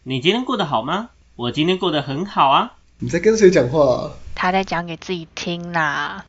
你今天过得好吗？我今天过得很好啊。 你在跟谁讲话啊？ 他在讲给自己听啦。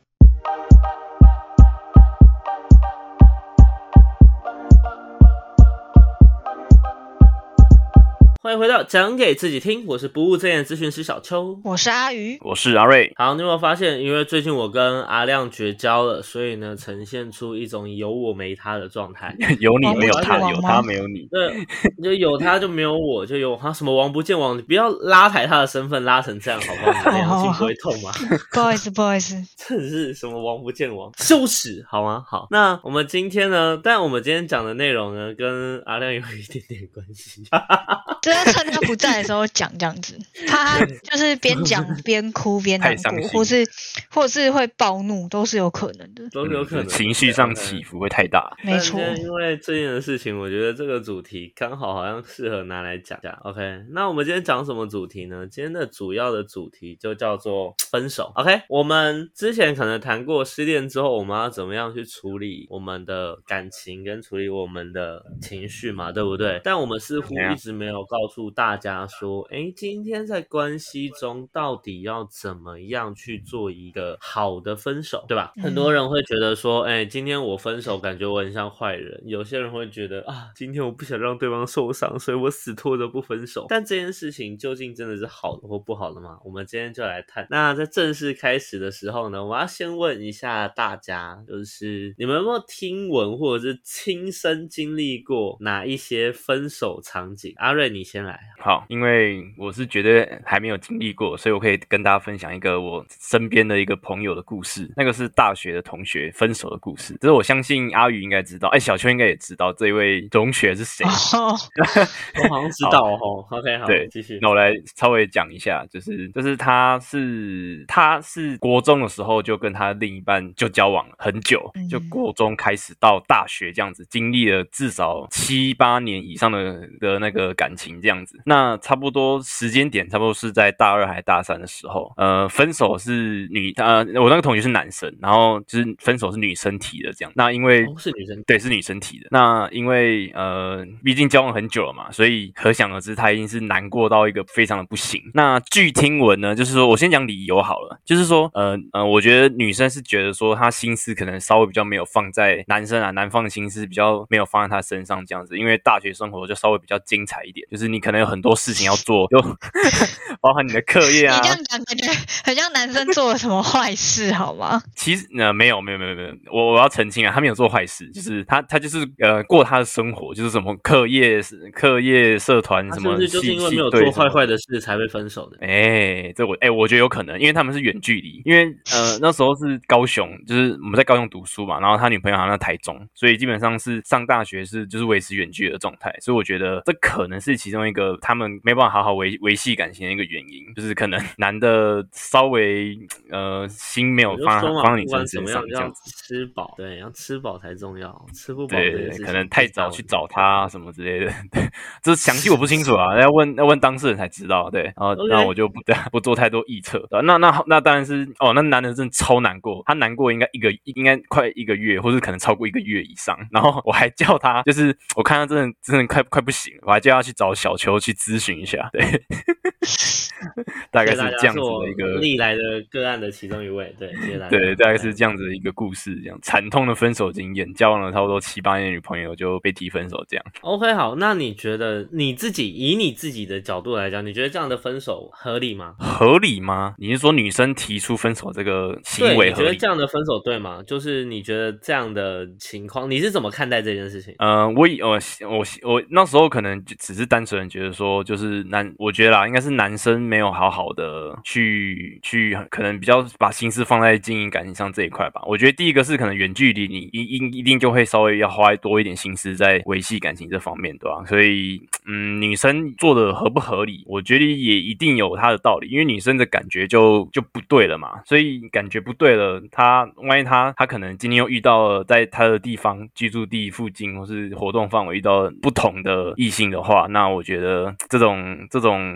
欢迎回到讲给自己听，我是不务正业咨询师小邱， 我是阿鱼， 我是阿瑞。 好，你有没有发现，因为最近我跟阿亮绝交了，所以呢，呈现出一种有我没他的状态。 有你没有他，有他没有你。 对，就有他就没有我，就有他什么王不见王，你不要拉抬他的身份拉成这样，好不好？你良心不会痛吗？ 不好意思，不好意思， 真的是什么王不见王，羞耻，好吗？好，那我们今天呢？但我们今天讲的内容呢，跟阿亮有一点点关系。 就要趁他不在的时候讲这样子，怕他就是边讲边哭边难过，或是会暴怒，都是有可能的， 都是有可能， 情绪上起伏会太大。 没错， 因为最近的事情，我觉得这个主题刚好好像适合拿来讲讲。OK， 那我们今天讲什么主题呢？今天的主要的主题就叫做分手。OK， 我们之前可能谈过失恋之后我们要怎么样去处理我们的感情跟处理我们的情绪嘛，对不对？但我们似乎一直没有告诉大家说，今天在关系中到底要怎么样去做一个好的分手，对吧？很多人会觉得说，今天我分手感觉我很像坏人，有些人会觉得啊，今天我不想让对方受伤，所以我死拖着不分手。但这件事情究竟真的是好的或不好的吗？我们今天就来谈。那在正式开始的时候呢，我要先问一下大家，就是你们有没有听闻或者是亲身经历过哪一些分手场景？阿瑞你先来。 好，因为我是绝对还没有经历过，所以我可以跟大家分享一个我身边的一个朋友的故事。那个是大学的同学分手的故事，这是我相信阿宇应该知道，小邱应该也知道这一位同学是谁。 我好像知道哦。OK， 好， 对， 继续。 那我来稍微讲一下，就是他是国中的时候就跟他另一半就交往了很久，就国中开始到大学这样子，经历了至少7-8年以上的那个感情这样子。那差不多时间点差不多是在大2还大3的时候，分手是我那个同学是男生，然后就是分手是女生提的这样。那因为是女生， 对，是女生提的。那因为毕竟交往很久了嘛，所以可想而知他一定是难过到一个非常的不行。那据听闻呢，就是说我先讲理由好了，就是说我觉得女生是觉得说她心思可能稍微比较没有放在男方的心思比较没有放在她身上这样子，因为大学生活就稍微比较精彩一点，就是你可能有很多事情要做，就包含你的课业啊。 你这样讲感觉很像男生做了什么坏事好吗？ 其实没有，我要澄清啊，他没有做坏事，就是他就是过他的生活，就是什么课业社团什么， 是不是就是因为没有做坏的事才会分手的？ 我觉得有可能，因为他们是远距离，因为那时候是高雄，就是我们在高雄读书嘛，然后他女朋友好像在台中，所以基本上是上大学就是维持远距离的状态，所以我觉得这可能是其中一个他们没办法好好维系感情的一个原因，就是可能男的稍微心没有放在女生身上这样子。 吃饱，对，要吃饱才重要，吃不饱对，可能太早去找他什么之类的，这详细我不清楚啊，要问当事人才知道。对，然后那我就不做太多臆测。那当然是那男的真的超难过，他难过应该快1个月，或是可能超过1个月以上。然后我还叫他，就是我看他真的快不行了，我还叫他去找小邱去咨询一下。对，大概是这样子的一个历来的个案的其中一位。对，谢谢大家。 对，大概是这样子的一个故事，这样惨痛的分手经验，交往了差不多7-8年的女朋友就被提分手这样。 OK， 好，那你觉得以你自己的角度来讲，你觉得这样的分手合理吗？ 合理吗？你是说女生提出分手这个行为合理？ 对，你觉得这样的分手对吗？就是你觉得这样的情况，你是怎么看待这件事情？ 我那时候可能只是单纯觉得说，就是我觉得啦，应该是男生没有好好的去可能比较把心思放在经营感情上这一块吧。我觉得第一个是可能远距离，你一定就会稍微要花多一点心思在维系感情这方面，对吧？所以女生做的合不合理，我觉得也一定有她的道理，因为女生的感觉就不对了嘛，所以感觉不对了，万一她可能今天又遇到了在她的地方居住地附近或是活动范围遇到不同的异性的话，那我觉得这种想要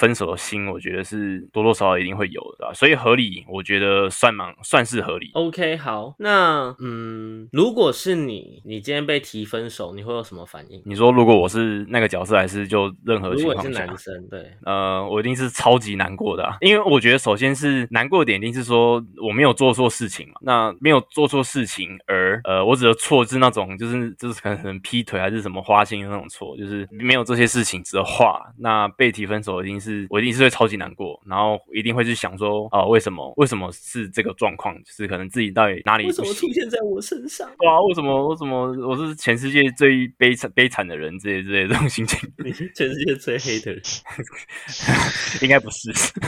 分手的心，我觉得是多多少少一定会有的，所以合理，我觉得算是合理。 OK， 好，那如果是你今天被提分手，你会有什么反应？ 你说如果我是那个角色，还是就任何情况下？ 如果是男生，对， 我一定是超级难过的因为我觉得首先是难过的点，一定是说我没有做错事情嘛。那没有做错事情，而我指的错是那种就是可能劈腿还是什么花心的那种错，就是没有这些事情的话，那被提分手我一定是会超级难过，然后一定会去想说为什么是这个状况，就是可能自己到底哪里为什么出现在我身上？ 对啊，为什么我是全世界最悲惨的人之类的这种心情？ 你是全世界最黑的人？ 应该不是。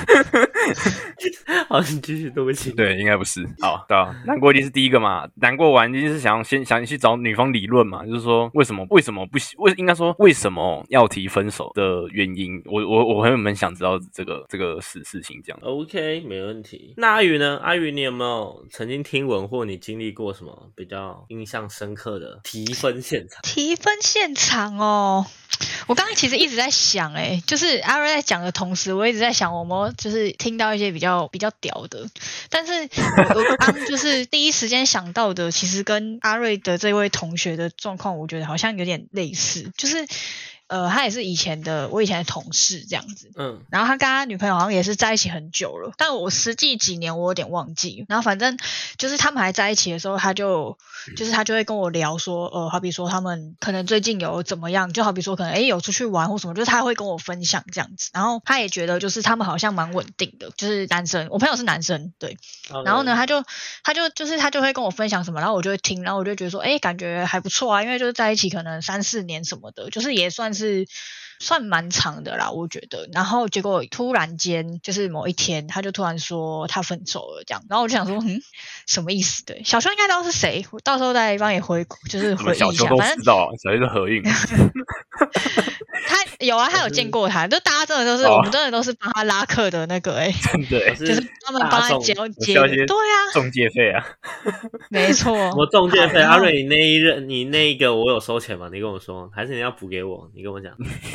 好，你继续，对不起。 对，应该不是。好，对啊，难过一定是第一个嘛。难过完一定是想去找女方理论嘛，就是说为什么不应该说为什么要提分手的原因。我很想知道这个事情这样。 OK， 没问题。那阿宇呢？阿宇，你有没有曾经听闻或你经历过什么比较印象深刻的提分现场？ 提分现场哦。我刚刚其实一直在想就是阿瑞在讲的同时，我一直在想我们就是听到一些比较屌的，但是我刚就是第一时间想到的，其实跟阿瑞的这位同学的状况，我觉得好像有点类似，就是他也是我以前的同事这样子，然后他跟他女朋友好像也是在一起很久了，但我实际几年我有点忘记，然后反正就是他们还在一起的时候，他就会跟我聊说，好比说他们可能最近有怎么样，就好比说可能有出去玩或什么，就是他会跟我分享这样子，然后他也觉得就是他们好像蛮稳定的，就是男生，我朋友是男生，对，然后呢他就会跟我分享什么，然后我就会听，然后我就觉得说，感觉还不错啊，因为就是在一起可能3-4年什么的，就是也算蛮长的啦，我觉得。然后结果突然间就是某一天，他就突然说他分手了这样，然后我就想说，什么意思？对，小秋应该知道是谁，我到时候再帮你回忆一下。 小秋都知道，小秋是何运。 他有啊，他有见过他，就大家真的都是，我们真的都是帮他拉客的那个真的就是他们帮他接，对啊， 中介费啊， 没错， 我中介费，阿瑞，你那一个我有收钱吗？你跟我说，还是你要补给我？你跟我讲。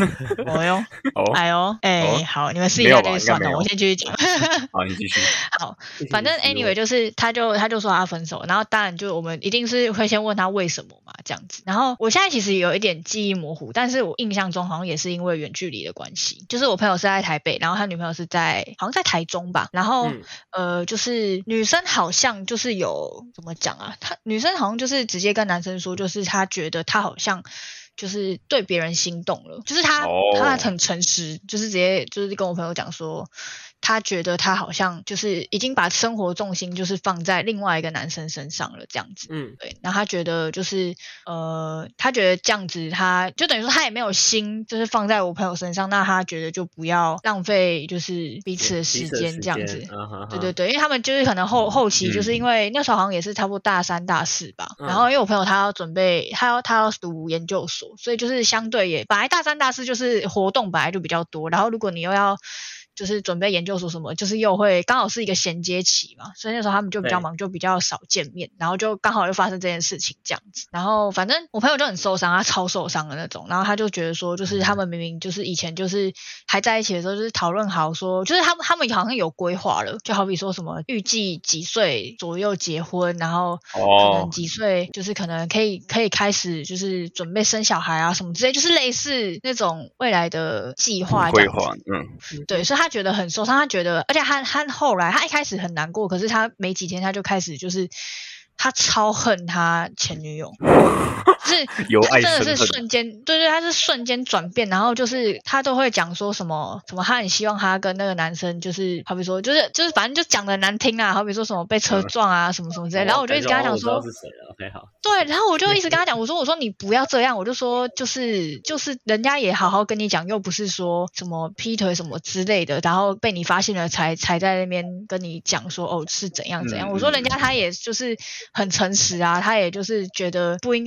好，你们试一下就算了，我先继续讲。 好，你继续。 好，反正 anyway 就是他就说他分手，然后当然就我们一定是会先问他为什么嘛，这样子。然后我现在其实有一点记忆模糊，但是我印象中好像也是因为远距离的关系，就是我朋友是在台北，然后他女朋友是好像在台中吧，然后就是女生好像就是有怎么讲啊，女生好像就是直接跟男生说，就是她觉得她好像就是对别人心动了，就是他很诚实，就是直接就是跟我朋友讲说，他觉得他好像就是已经把生活重心就是放在另外一个男生身上了这样子，对，然后他觉得就是他觉得这样子他就等于说他也没有心就是放在我朋友身上，那他觉得就不要浪费就是彼此的时间这样子，对，因为他们就是可能后期就是因为那时候好像也是差不多大3大4吧，然后因为我朋友他要准备他要读研究所，所以就是相对也本来大3大4就是活动本来就比较多，然后如果你又要就是准备研究所什么，就是又会刚好是一个衔接期嘛，所以那时候他们就比较忙，就比较少见面，然后就刚好又发生这件事情这样子，然后反正我朋友就很受伤，他超受伤的那种，然后他就觉得说，就是他们明明就是以前就是还在一起的时候，就是讨论好说，就是他们好像有规划了，就好比说什么预计几岁左右结婚，然后可能几岁就是可能可以开始就是准备生小孩啊什么之类，就是类似那种未来的计划规划，对，所以他觉得很受伤，他觉得，而且他后来他一开始很难过，可是他没几天他就开始就是他超恨他前女友，就是他真的是瞬间，对，他是瞬间转变，然后就是他都会讲说什么他很希望他跟那个男生就是好比说就是反正就讲的难听啊，好比说什么被车撞啊什么什么之类，然后我就一直跟他讲说，对，然后我就一直跟他讲，我说你不要这样，我就说就是人家也好好跟你讲，又不是说什么劈腿什么之类的，然后被你发现了才在那边跟你讲说是怎样，我说人家他也就是很诚实啊，他也就是觉得不应该再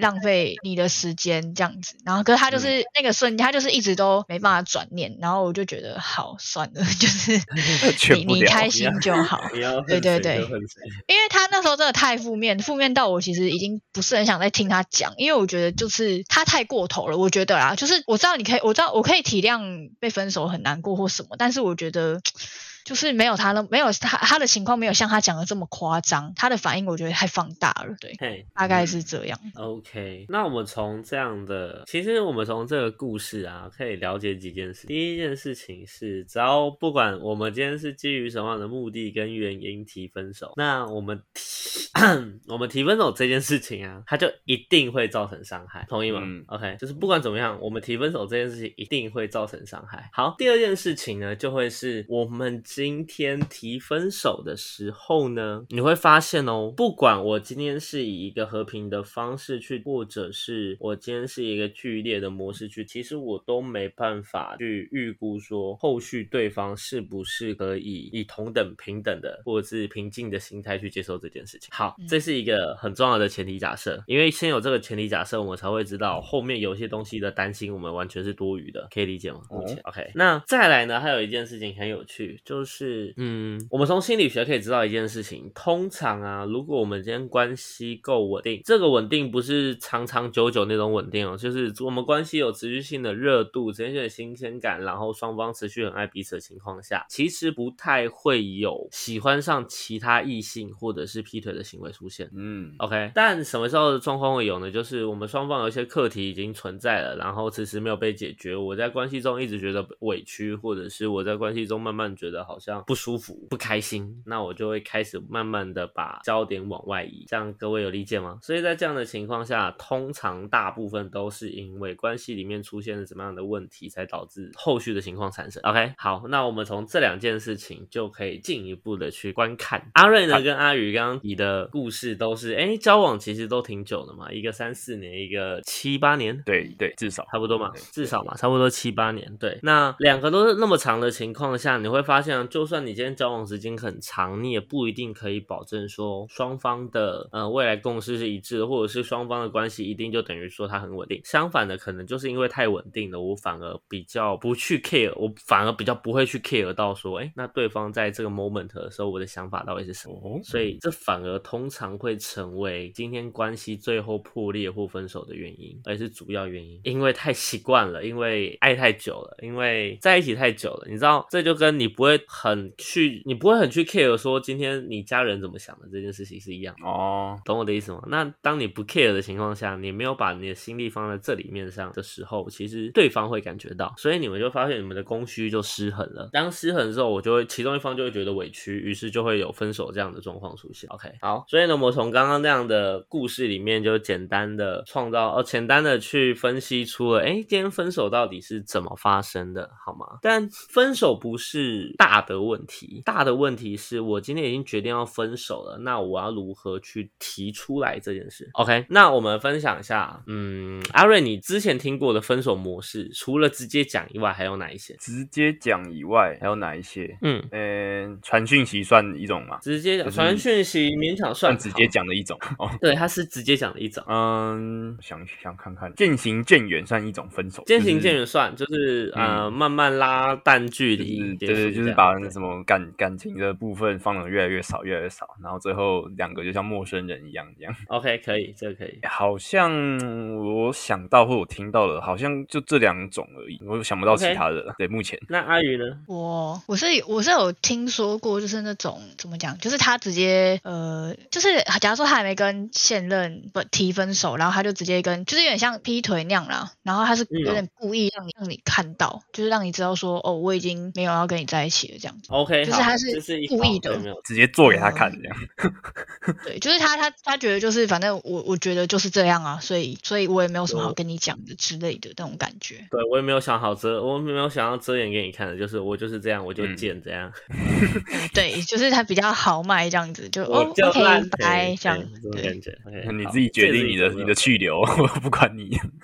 浪费你的时间这样子。然后可是他就是那个瞬间，他就是一直都没办法转念，然后我就觉得好算了，就是你开心就好。对对对，因为他那时候真的太负面到我其实已经不是很想再听他讲，因为我觉得就是他太过头了。我觉得啦，就是我知道我可以体谅被分手很难过或什么，但是我觉得就是没有他的情况没有像他讲的这么夸张，他的反应我觉得太放大了，对，大概是这样。 OK， 那我们从这样的，其实我们从这个故事啊，可以了解几件事。第一件事情是，只要不管我们今天是基于什么样的目的跟原因提分手，那我们提分手这件事情啊，它就一定会造成伤害，同意吗？OK， 就是不管怎么样，我们提分手这件事情一定会造成伤害。好，第二件事情呢，就会是我们今天提分手的时候呢，你会发现哦，不管我今天是以一个和平的方式去，或者是我今天是一个剧烈的模式去，其实我都没办法去预估说后续对方是不是可以以同等平等的或者是平静的心态去接受这件事情。好，这是一个很重要的前提假设，因为先有这个前提假设，我们才会知道后面有些东西的担心我们完全是多余的，可以理解吗？OK， 那再来呢，还有一件事情很有趣，就是我们从心理学可以知道一件事情，通常啊，如果我们今天关系够稳定，这个稳定不是长长久久那种稳定哦，就是我们关系有持续性的热度，持续性的新鲜感，然后双方持续很爱彼此的情况下，其实不太会有喜欢上其他异性或者是劈腿的行为出现。OK， 但什么时候的状况会有呢？就是我们双方有一些课题已经存在了，然后迟迟没有被解决，我在关系中一直觉得委屈，或者是我在关系中慢慢觉得好像不舒服、不开心，那我就会开始慢慢的把焦点往外移，这样各位有理解吗？所以在这样的情况下，通常大部分都是因为关系里面出现了怎么样的问题，才导致后续的情况产生。OK， 好，那我们从这两件事情就可以进一步的去观看。阿瑞呢跟阿宇刚刚提的故事都是交往其实都挺久的嘛，一个3-4年，一个7-8年， 对，至少差不多嘛，至少嘛，差不多7-8年。对，那两个都是那么长的情况下，你会发现就算你今天交往时间很长，你也不一定可以保证说双方的未来共识是一致的，或者是双方的关系一定就等于说它很稳定。相反的，可能就是因为太稳定了，我反而比较不去 care， 我反而比较不会去 care 到说那对方在这个 moment 的时候我的想法到底是什么。所以这反而通常会成为今天关系最后破裂或分手的原因，而且是主要原因。因为太习惯了，因为爱太久了，因为在一起太久了，你知道，这就跟你不会很去 care 说今天你家人怎么想的这件事情是一样的。懂我的意思吗？那当你不 care 的情况下，你没有把你的心力放在这里面上的时候，其实对方会感觉到，所以你们就发现你们的供需就失衡了。当失衡之后，我就会其中一方就会觉得委屈，于是就会有分手这样的状况出现。OK， 好，所以呢，我从刚刚那样的故事里面就简单的简单的去分析出了今天分手到底是怎么发生的，好吗？但分手不是大的问题，大的问题是我今天已经决定要分手了，那我要如何去提出来这件事。 OK， 那我们分享一下阿瑞你之前听过的分手模式，除了直接讲以外还有哪一些？ 直接讲以外还有哪一些？传讯息算一种吗？ 直接讲，传讯息勉强算直接讲的一种。 对，它是直接讲的一种。 想看看，渐行渐远算一种分手。 渐行渐远算就是慢慢拉淡距离， 对，就是把那什么感情的部分放得越来越少，然后最后两个就像陌生人一样这样。 OK， 可以，这个可以。 好像我想到或我听到的，好像就这两种而已，我想不到其他的。对，目前。 那阿宇呢？ 我是有听说过，就是那种怎么讲，就是他直接就是假如说他还没跟现任提分手，然后他就直接就是有点像劈腿那样啦，然后他是有点故意让你看到，就是让你知道说我已经没有要跟你在一起了这样子。 OK， 就是他是故意的， 直接做给他看这样。 对，就是他觉得就是反正我觉得就是这样啊，所以我也没有什么好跟你讲的之类的那种感觉。 对，我也没有想要遮掩给你看的，就是我就是这样，我就贱这样。 对，就是他比较豪迈这样子，就 OK 拜这样这种感觉。 你自己决定你的去留，我不管你。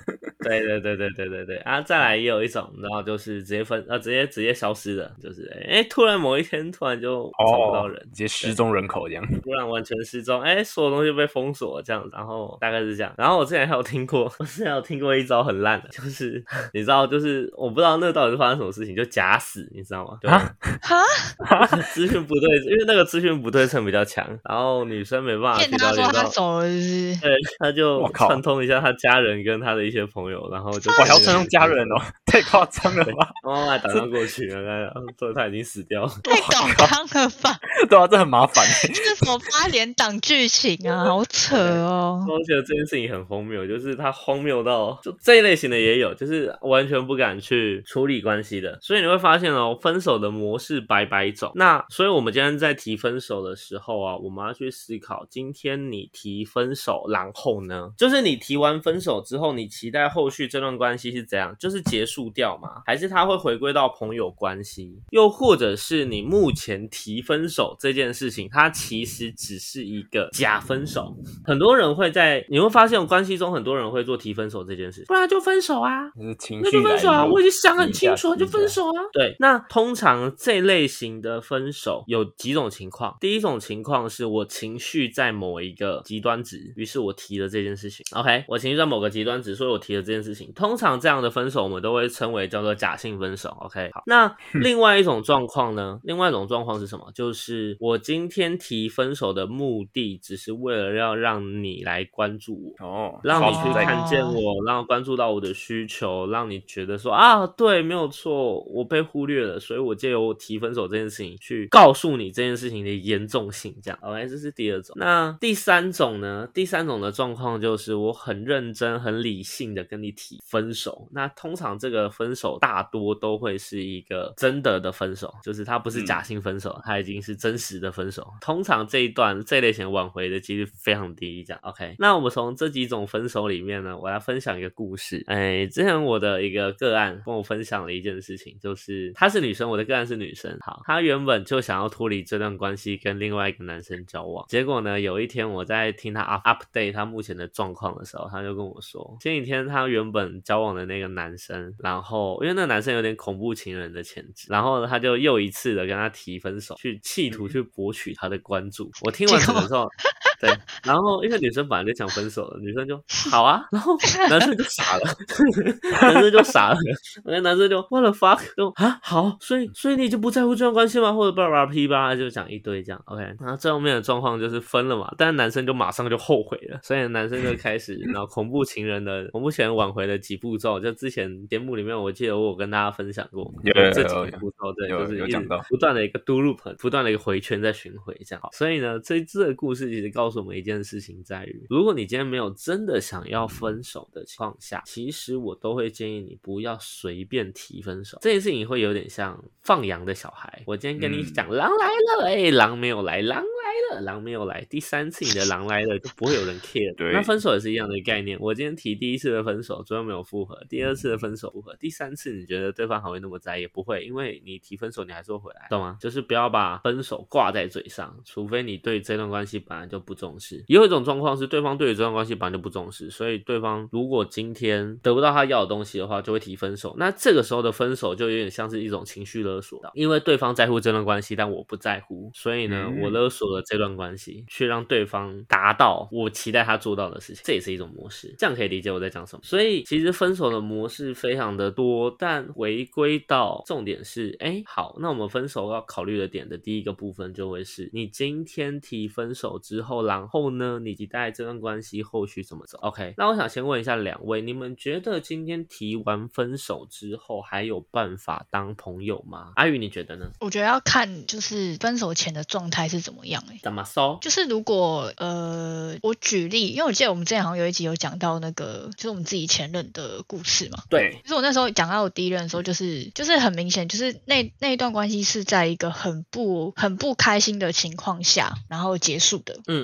对啊，再来也有一种，然后就是直接消失的，就是突然某一天突然就找不到人， 直接失踪人口这样， 突然完全失踪，所有东西被封锁这样，然后大概是这样。然后我之前还有听过一招很烂的，就是你知道，就是我不知道那到底是发生什么事情，就假死，你知道吗？资讯不对，因为那个资讯不对称比较强，然后女生没办法去了解到， 骗他说他走了是对，他就串通一下他家人跟他的一些朋友，然后就我还要串通家人哦，太夸张了吧？ 妈妈打算过去了，说他已经死掉了， 太搞纲了吧？ 对啊，这很麻烦。 这是什么八连档剧情啊？好扯哦！ 我觉得这件事情很荒谬，就是他荒谬到就这一类型的也有，就是完全不敢去处理关系的，所以你会发现哦，分手的模式百百种。那所以我们今天在提分手的时候啊，我们要去思考，今天你提分手，然后呢，就是你提完分手之后，你期待后续这段关系是怎样？就是结束掉吗？还是他会回归到朋友关系？又或者是你目前提分手这件事情，它其实只是一个假分手？很多人会你会发现关系中很多人会做提分手这件事情，不然就分手啊，那就分手啊，我已经想很清楚了，就分手啊。对，那通常这类型的分手有几种情况。第一种情况是我情绪在某一个极端值，于是我提了这件事情。OK， 我情绪在某个极端值，所以我提了这件事情。通常这样的分手我们都会称为叫做假性分手。OK， 好，那另外一种状况呢？另外一种状况是什么？就是我今天提分手的目的只是为了要让你来关注我，让你去看见我，让关注到我的需求，让你觉得说啊，对，没有错，我被忽略了，所以我借由我提分手这件事情去告诉你这件事情的严重性，这样。OK， 这是第二种。那第三种呢？第三种的状况就是我很认真、很理性的跟你提分手。那通常这个分手大多都会是一个真的分手，就是它不是假性分手，它已经是真实的分手。通常这一类型挽回的几率非常低，这样。OK， 那我们从这几种分手里面呢，我来分享一个故事。之前我的一个个案跟我分享了一件事情，就是她是女生，我的个案是女生。好，她原本就想要脱离这段关系，跟另外一个男生交往。结果呢，有一天我在听她 update 她目前的状况的时候，她就跟我说，前几天她原本交往的那个男生，然后因为那个男生有点恐怖情人的潜质，然后她就又一次的跟他提分手，去企图去博取他的关注。我听完整个之后，对，然后因为女生本来就想分手了，女生就好啊，然后男生就傻了，男生就傻了，男生就 what the fuck， 就啊好，所以你就不在乎这段关系吗？或者叭叭噼吧，就讲一堆这样。OK， 然后最后面的状况就是分了嘛，但是男生就马上就后悔了，所以男生就开始然后恐怖情人挽回的几步骤，就之前节目里面我记得我有跟大家分享过，这几个步骤，对，就是一直不断的一个 do loop， 不断的一个回圈在巡回这样。所以呢，这个故事其实告诉我们一件事情，在于如果你今天没有真的想要分手的情况下，其实我都会建议你不要随便提分手。这件事情会有点像放羊的小孩，我今天跟你讲狼来了，狼没有来，狼没有来，第三次你的狼来了就不会有人 care。 对，那分手也是一样的概念，我今天提第一次的分手最后没有复合，第二次的分手复合，第三次你觉得对方还会那么在意？不会，因为你提分手你还是会回来，懂吗？就是不要把分手挂在嘴上，除非你对这段关系本来就不重视。也有一种状况是对方对于这段关系本来就不重视，所以对方如果今天得不到他要的东西的话，就会提分手。那这个时候的分手就有点像是一种情绪勒索，因为对方在乎这段关系，但我不在乎，所以呢，我勒索了这段关系，去让对方达到我期待他做到的事情，这也是一种模式。这样可以理解我在讲什么。所以其实分手的模式非常的多，但回归到重点是，好，那我们分手要考虑的点的第一个部分就会是，你今天提分手之后，然后呢，你期待这段关系后续怎么走 ？OK， 那我想先问一下两位，你们觉得今天提完分手之后还有办法当朋友吗？阿宇你觉得呢？ 我觉得要看就是分手前的状态是怎么样。 怎么说？ 就是如果我举例，因为我记得我们之前好像有一集有讲到那个就是我们自己前任的故事嘛。 对， 就是我那时候讲到我第一任的时候，就是很明显，就是那一段关系是在一个很不开心的情况下然后结束的。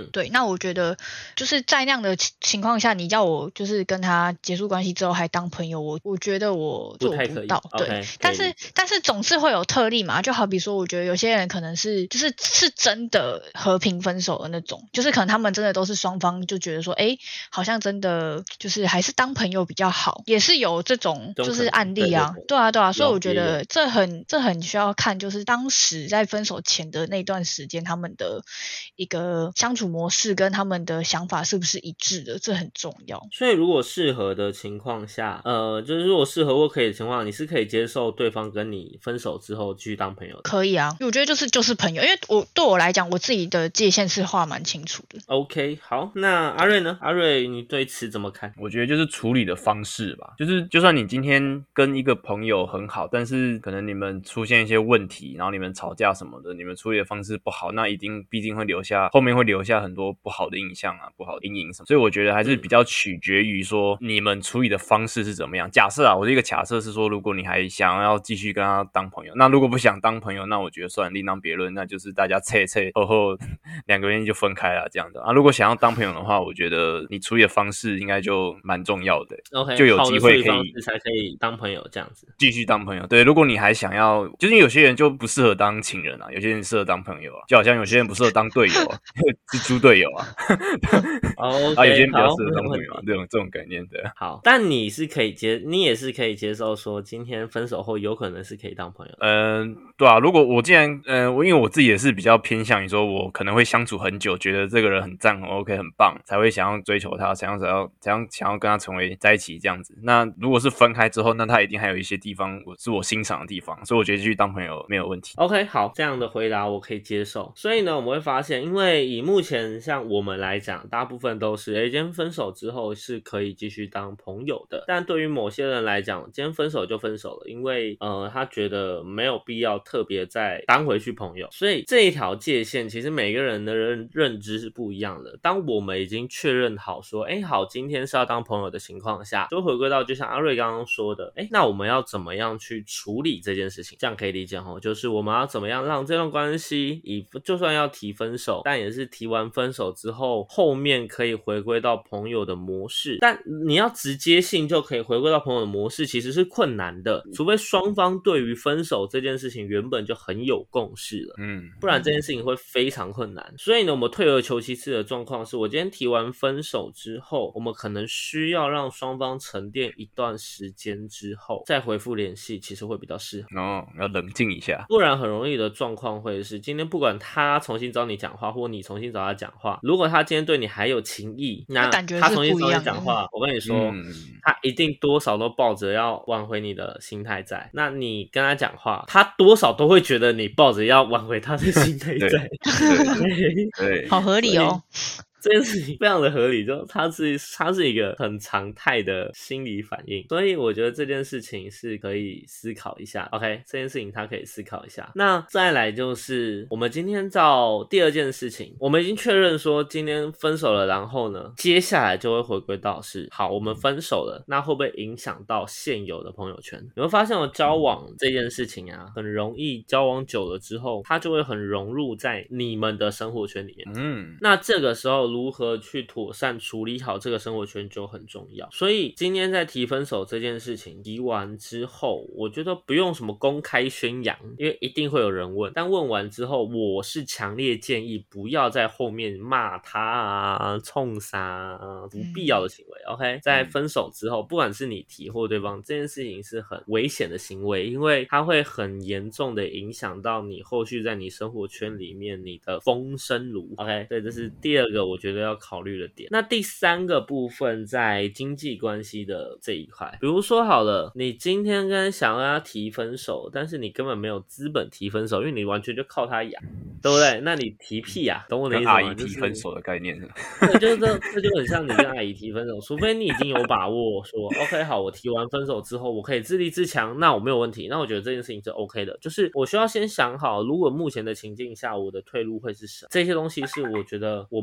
对，那我觉得就是在那样的情况下，你叫我就是跟他结束关系之后还当朋友，我觉得我做不到。对，但是总是会有特例嘛，就好比说，我觉得有些人可能是真的和平分手的那种，就是可能他们真的都是双方就觉得说，好像真的就是还是当朋友比较好，也是有这种就是案例啊。对啊，所以我觉得这很需要看，就是当时在分手前的那段时间，他们的一个相处模式跟他们的想法是不是一致的，这很重要。 所以如果适合的情况下，就是如果适合或可以的情况下，你是可以接受对方跟你分手之后继续当朋友的？ 可以啊，我觉得就是朋友，因为对我来讲，我自己的界限是画蛮清楚的。 OK， 好，那阿瑞呢？阿瑞，你对此怎么看？ 我觉得就是处理的方式吧，就是就算你今天跟一个朋友很好，但是可能你们出现一些问题，然后你们吵架什么的，你们处理的方式不好，那毕竟会后面会留下很多不好的印象啊，不好的阴影什么。所以我觉得还是比较取决于说你们处理的方式是怎么样。假设啊，我的一个假设是说，如果你还想要继续跟他当朋友，那如果不想当朋友，那我觉得算另当别论，那就是大家切后2个月就分开了这样的啊。如果想要当朋友的话，我觉得你处理的方式应该就蛮重要的。 OK， 就有机会可以才可以当朋友这样子， 继续当朋友。对，如果你还想要，就是有些人就不适合当情人啊，有些人适合当朋友啊，就好像有些人不适合当队友啊，是猪队友啊。 Okay， 有些人比较适合当朋友啊，这种概念的。 好，但你也是可以接受说，今天分手后有可能是可以当朋友。 对啊，如果我既然因为我自己也是比较偏向于说，我可能会相处很久，觉得这个人很赞很 OK 很棒，才会想要追求他，想要跟他成为在一起这样子。那如果是分开之后，那他一定还有一些地方是我欣赏的地方，所以我觉得继续当朋友没有问题。 OK， 好，这样的回答我可以接受。所以呢，我们会发现，因为以目前像我们来讲，大部分都是今天分手之后是可以继续当朋友的。但对于某些人来讲，今天分手就分手了，因为他觉得没有必要特别再当回去朋友。所以这一条界限其实每个人的认知是不一样的。当我们已经确认好说，好，今天是要当朋友的情况下，就回归到就像阿瑞刚刚说的，那我们要怎么样去处理这件事情？这样可以理解齁，就是我们要怎么样让这段关系就算要提分手，但也是提完分手之后，后面可以回归到朋友的模式。但你要直接性就可以回归到朋友的模式，其实是困难的，除非双方对于分手这件事情原本就很有共识了，不然这件事情会非常困难。所以呢，我们退而求其次的状况是，我今天提完分手之后，我们可能需要让双方沉淀一段时间之后再回复联系，其实会比较适合。 要冷静一下， 不然很容易的状况会是，今天不管他重新找你讲话，或你重新找他讲话，如果他今天对你还有情意，那他重新找你讲话，我跟你说，他一定多少都抱着要挽回你的心态在。那你跟他讲话，他多少都会觉得你抱着要挽回他的心态在。 对， 好合理哦。 这件事情非常的合理，就它是一个很常态的心理反应，所以我觉得这件事情是可以思考一下。OK， 这件事情它可以思考一下。那再来就是我们今天照第二件事情，我们已经确认说今天分手了，然后呢，接下来就会回归到是好，我们分手了，那会不会影响到现有的朋友圈？你会发现交往这件事情啊，很容易交往久了之后，它就会很融入在你们的生活圈里面。那这个时候如何去妥善处理好这个生活圈就很重要。所以今天在提分手这件事情提完之后，我觉得不用什么公开宣扬，因为一定会有人问，但问完之后，我是强烈建议不要在后面骂他啊、冲杀啊，不必要的行为。OK， 在分手之后，不管是你提或对方，这件事情是很危险的行为，因为它会很严重的影响到你后续在你生活圈里面你的风声炉。OK， 对，这是第二个我觉得要考虑的点。那第三个部分在经济关系的这一块，比如说好了，你今天想要跟他提分手，但是你根本没有资本提分手，因为你完全就靠他养，对不对？那你提屁啊，懂我的意思吗？ 跟阿姨提分手的概念是对，就是这就很像你跟阿姨提分手，除非你已经有把握说 OK 好，我提完分手之后我可以自立自强，那我没有问题，那我觉得这件事情是 OK 的。就是我需要先想好，如果目前的情境下我的退路会是什么，这些东西是我觉得我们会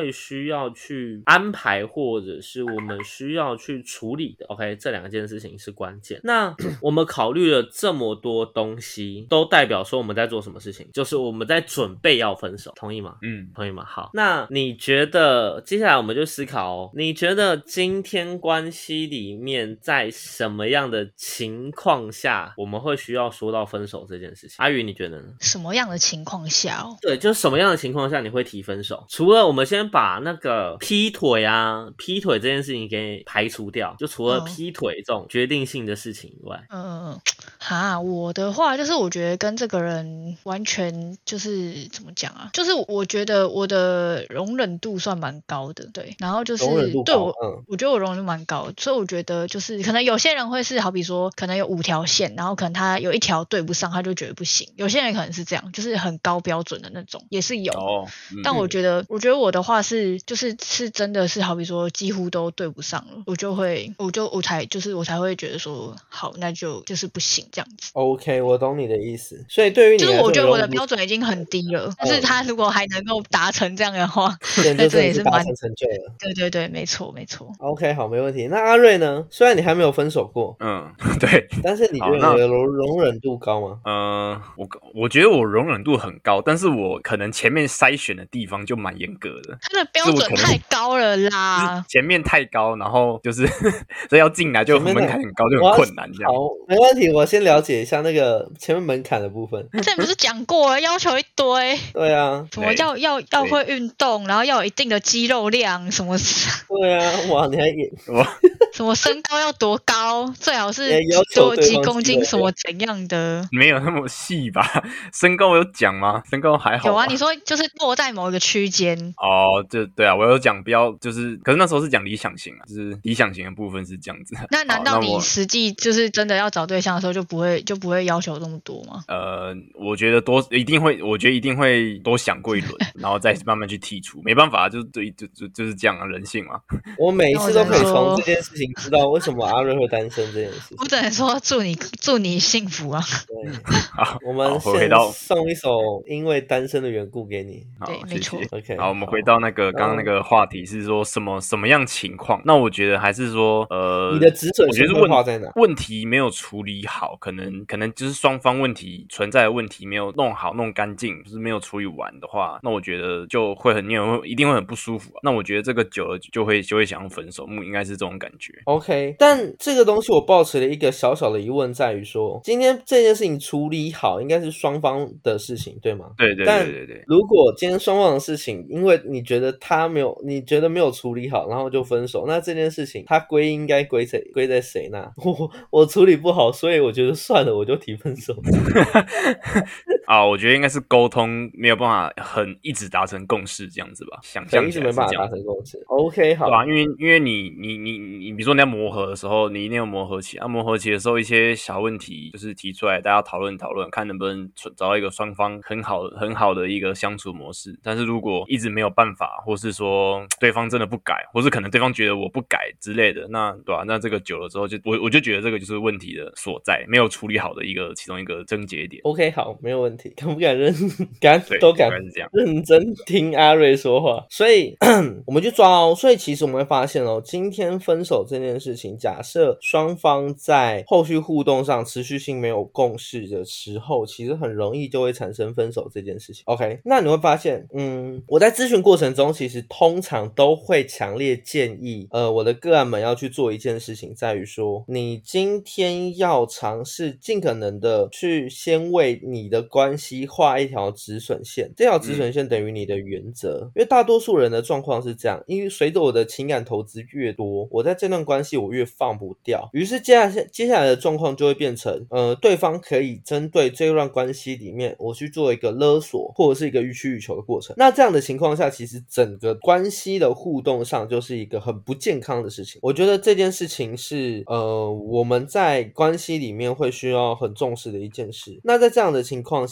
会需要去安排，或者是我们需要去处理的。OK， 这两件事情是关键。那我们考虑了这么多东西，都代表说我们在做什么事情，就是我们在准备要分手，同意吗？同意吗？好，那你觉得接下来我们就思考哦，你觉得今天关系里面在什么样的情况下我们会需要说到分手这件事情？阿宇你觉得呢？ 什么样的情况下哦？ 对，就是什么样的情况下你会提分手？除了我们先把那个劈腿这件事情给排除掉，就除了劈腿这种决定性的事情以外， 我的话就是我觉得跟这个人完全就是怎么讲啊？就是我觉得我的容忍度算蛮高的，对，然后就是对我觉得我容忍度蛮高的，所以我觉得就是可能有些人会是好比说可能有5条线，然后可能他有1条对不上，他就觉得不行。有些人可能是这样，就是很高标准的那种，也是有。但我觉得我的话是是真的是好比说几乎都对不上了，我才会觉得说好，那就是不行这样子。 OK， 我懂你的意思。所以对于你就是我觉得我的标准已经很低了，但是他如果还能够达成这样的话， 那这也是达成成就了。 对，没错。 OK， 好，没问题。那阿瑞呢？虽然你还没有分手过， 对， 但是你觉得你的容忍度高吗？ 我觉得我容忍度很高，但是我可能前面筛选的地方就蛮严格的。 他的标准太高了啦， 前面太高，然后就是所以要进来就门槛很高，就很困难这样。 好，没问题，我先了解一下那个前面门槛的部分。 之前不是讲过了，要求一堆。 对啊， 什么要会运动，然后要有一定的肌肉量，什么？ 对啊，哇，你还什么身高要多高，最好是多几公斤，什么怎样的？ 没有那么细吧？身高有讲吗？身高还好。 有啊，你说就是落在某一个区间。 对啊，我有讲不要就是，可是那时候是讲理想型啊，就是理想型的部分是这样子。 那难道你实际就是真的要找对象的时候就不会要求这么多吗？ 我觉得一定会多想过一轮，然后再慢慢去剔除。没办法，就是这样啊，人性嘛。我每一次都可以从这件事情知道为什么阿瑞会单身这件事情。我只能说祝你幸福啊！对，好，我们先送一首因为单身的缘故给你。对，没错。OK， 好，我们回到那个刚刚那个话题是说什么样情况？那我觉得还是说你的止损会画在哪？问题没有处理好，可能就是双方存在的问题没有弄好弄干净，就是没有处理完的话，那我觉得就会一定会很不舒服啊。那我觉得这个久了就会想要分手，应该是这种感觉。OK， 但这个东西我抱持了一个小小的疑问，在于说今天这件事情处理好，应该是双方的事情，对吗？对。但如果今天双方的事情，因为你觉得没有处理好，然后就分手，那这件事情它应该归在谁那？我处理不好，所以我觉得算了，我就提分手。我觉得应该是沟通没有办法一直达成共识这样子吧，想象起来是这样。一直没办法达成共识。OK， 好。对啊，因为你比如说你在磨合的时候，你一定有磨合期。磨合期的时候，一些小问题就是提出来，大家讨论，看能不能找到一个双方很好的一个相处模式。但是如果一直没有办法，或是说对方真的不改，或是可能对方觉得我不改之类的，那对吧？那这个久了之后，我就觉得这个就是问题的所在，没有处理好的其中一个症结点。OK， 好，没有问题。敢不敢都敢认真听阿瑞说话，所以我们去抓哦。所以其实我们会发现哦，今天分手这件事情，假设双方在后续互动上持续性没有共识的时候，其实很容易就会产生分手这件事情。OK， 那你会发现，我在咨询过程中，其实通常都会强烈建议，我的个案们要去做一件事情，在于说，你今天要尝试尽可能的去先为你的关系画一条止损线，这条止损线等于你的原则。因为大多数人的状况是这样，因为随着我的情感投资越多，我在这段关系我越放不掉，于是接下来的状况就会变成对方可以针对这段关系里面我去做一个勒索或者是一个予取予求的过程。那这样的情况下，其实整个关系的互动上就是一个很不健康的事情。我觉得这件事情是我们在关系里面会需要很重视的一件事。那在这样的情况下，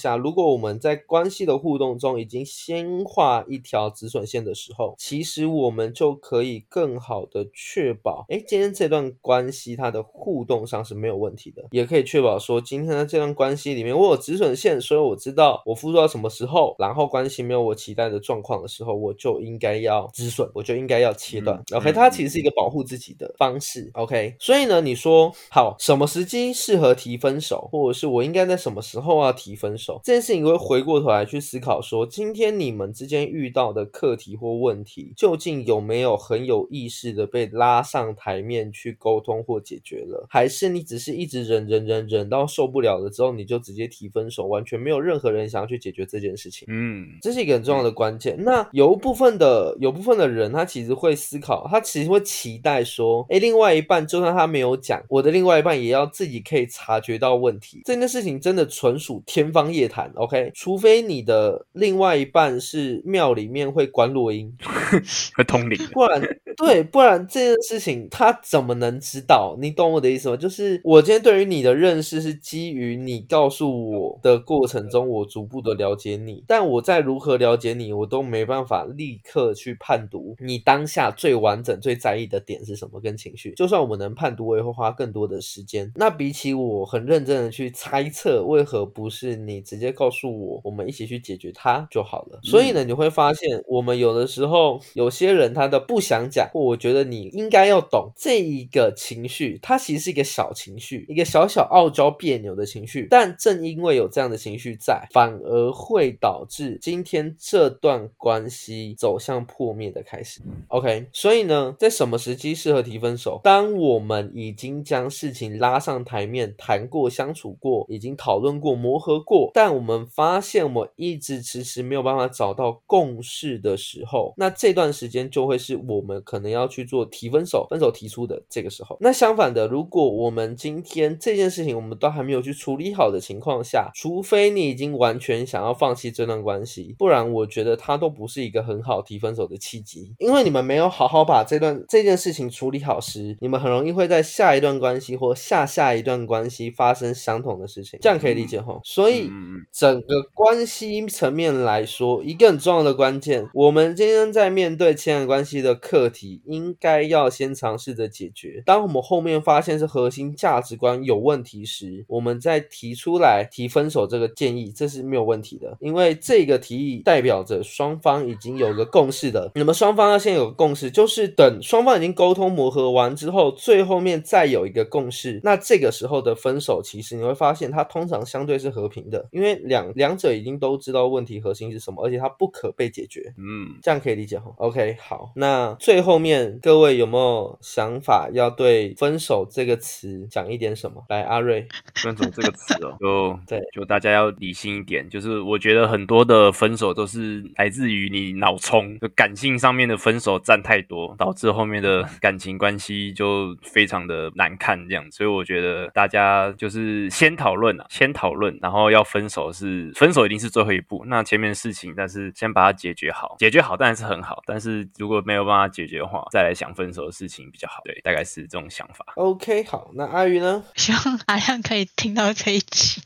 下，如果我们在关系的互动中已经先画一条止损线的时候，其实我们就可以更好的确保今天这段关系它的互动上是没有问题的，也可以确保说今天的这段关系里面我有止损线，所以我知道我付出到什么时候，然后关系没有我期待的状况的时候，我就应该要止损，我就应该要切断。OK， 它其实是一个保护自己的方式。OK， 所以呢，你说好什么时机适合提分手，或者是我应该在什么时候要提分手，这件事情会回过头来去思考说，今天你们之间遇到的课题或问题，究竟有没有很有意识的被拉上台面去沟通或解决了，还是你只是一直忍到受不了了之后，你就直接提分手，完全没有任何人想要去解决这件事情。这是一个很重要的关键。那有部分的人，他其实会思考，他其实会期待说，另外一半就算他没有讲，我的另外一半也要自己可以察觉到问题。这件事情真的纯属天方夜谭 ，OK？ 除非你的另外一半是庙里面会观落阴， 会通灵， 不然这件事情他怎么能知道？你懂我的意思吗？就是我今天对于你的认识是基于你告诉我的过程中，我逐步的了解你，但我在如何了解你，我都没办法立刻去判读你当下最完整最在意的点是什么跟情绪。就算我们能判读，我也会花更多的时间。那比起我很认真的去猜测为何不是你直接告诉我，我们一起去解决它就好了。所以呢，你会发现我们有的时候有些人他的不想讲，或我觉得你应该要懂这一个情绪，它其实是一个小情绪，一个小小傲娇别扭的情绪，但正因为有这样的情绪在，反而会导致今天这段关系走向破灭的开始。 OK， 所以呢，在什么时机适合提分手？当我们已经将事情拉上台面，谈过相处过，已经讨论过磨合过，但我们发现我们一直迟迟没有办法找到共识的时候，那这段时间就会是我们可能要去做提分手提出的这个时候。那相反的，如果我们今天这件事情我们都还没有去处理好的情况下，除非你已经完全想要放弃这段关系，不然我觉得它都不是一个很好提分手的契机。因为你们没有好好把这件事情处理好时，你们很容易会在下一段关系或下一段关系发生相同的事情，这样可以理解齁？所以整个关系层面来说，一个很重要的关键，我们今天在面对情感关系的课题，应该要先尝试着解决。当我们后面发现是核心价值观有问题时，我们再提出来提分手这个建议，这是没有问题的，因为这个提议代表着双方已经有个共识的。那么双方要先有个共识，就是等双方已经沟通磨合完之后，最后面再有一个共识，那这个时候的分手其实你会发现它通常相对是和平的，因为两者已经都知道问题核心是什么，而且它不可被解决。这样可以理解齁？ OK， 好，那最后面各位有没有想法要对分手这个词讲一点什么？来，阿瑞。 分手这个词就大家要理性一点，就是我觉得很多的分手都是来自于你脑冲，就感性上面的分手占太多，导致后面的感情关系就非常的难看这样。所以我觉得大家就是先讨论，然后要分手一定是最后一步，那前面的事情但是先把它解决好当然是很好，但是如果没有办法解决的话，再来想分手的事情比较好。对，大概是这种想法。 OK， 好，那阿鱼呢？ 希望阿亮可以听到这一集。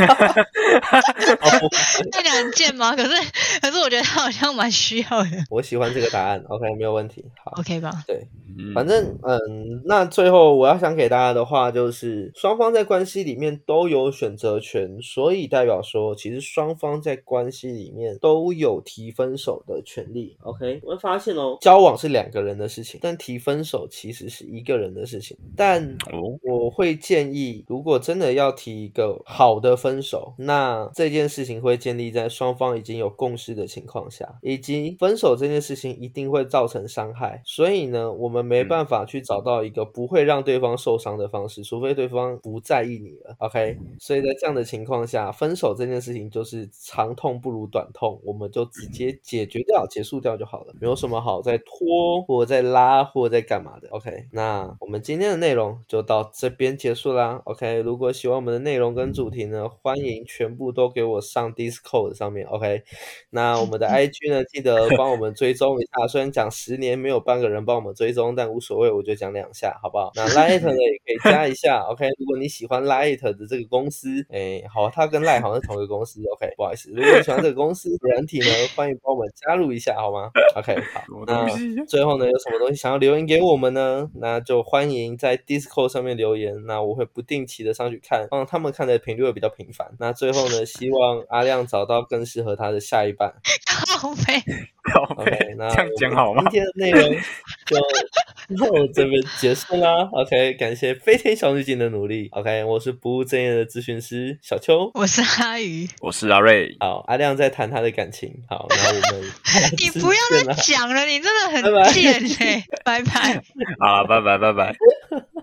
那你很贱吗？可是我觉得他好像蛮需要的。 我喜欢这个答案。 OK， 没有问题。好 OK 吧？ 对，反正那最后我要想给大家的话就是双方在关系里面都有选择权，所以代表说其实双方在关系里面都有提分手的权利。 OK， 我会发现交往是2个人的事情，但提分手其实是1个人的事情。但我会建议，如果真的要提一个好的分手，那这件事情会建立在双方已经有共识的情况下，以及分手这件事情一定会造成伤害，所以呢我们没办法去找到一个不会让对方受伤的方式，除非对方不在意你了。 OK， 所以在这样的情况下，分手这件事情就是长痛不如短痛，我们就直接解决掉结束掉就好了，没有什么好再拖或或在拉或在干嘛的。OK， 那我们今天的内容就到这边结束啦。OK， 如果喜欢我们的内容跟主题呢，欢迎全部都给我上 Discord 上面。OK， 那我们的 IG 呢，记得帮我们追踪一下。虽然讲10年没有半个人帮我们追踪，但无所谓，我就讲2下，好不好？那 Lite 呢也可以加一下。OK， 如果你喜欢 Lite 的这个公司，好，它跟 Lite 好像是同一个公司。OK， 不好意思，如果你喜欢这个公司软体呢，欢迎帮我们加入一下，好吗 ？OK， 好。那最后呢，有什么东西想要留言给我们呢？那就欢迎在 Discord 上面留言，那我会不定期的上去看，让他们看的频率会比较频繁。那最后呢，希望阿亮找到更适合他的下一半。 靠背。 OK， 那这样讲好吗？ 今天的内容就到这边结束啦。OK， 感谢飞天小女警的努力。OK， 我是不务正业的咨询师小邱， 我是阿鱼， 我是阿瑞。 好，阿亮在谈他的感情。好，那我们你不要再讲了，你真的很贱嘞！拜拜。 好了，拜拜。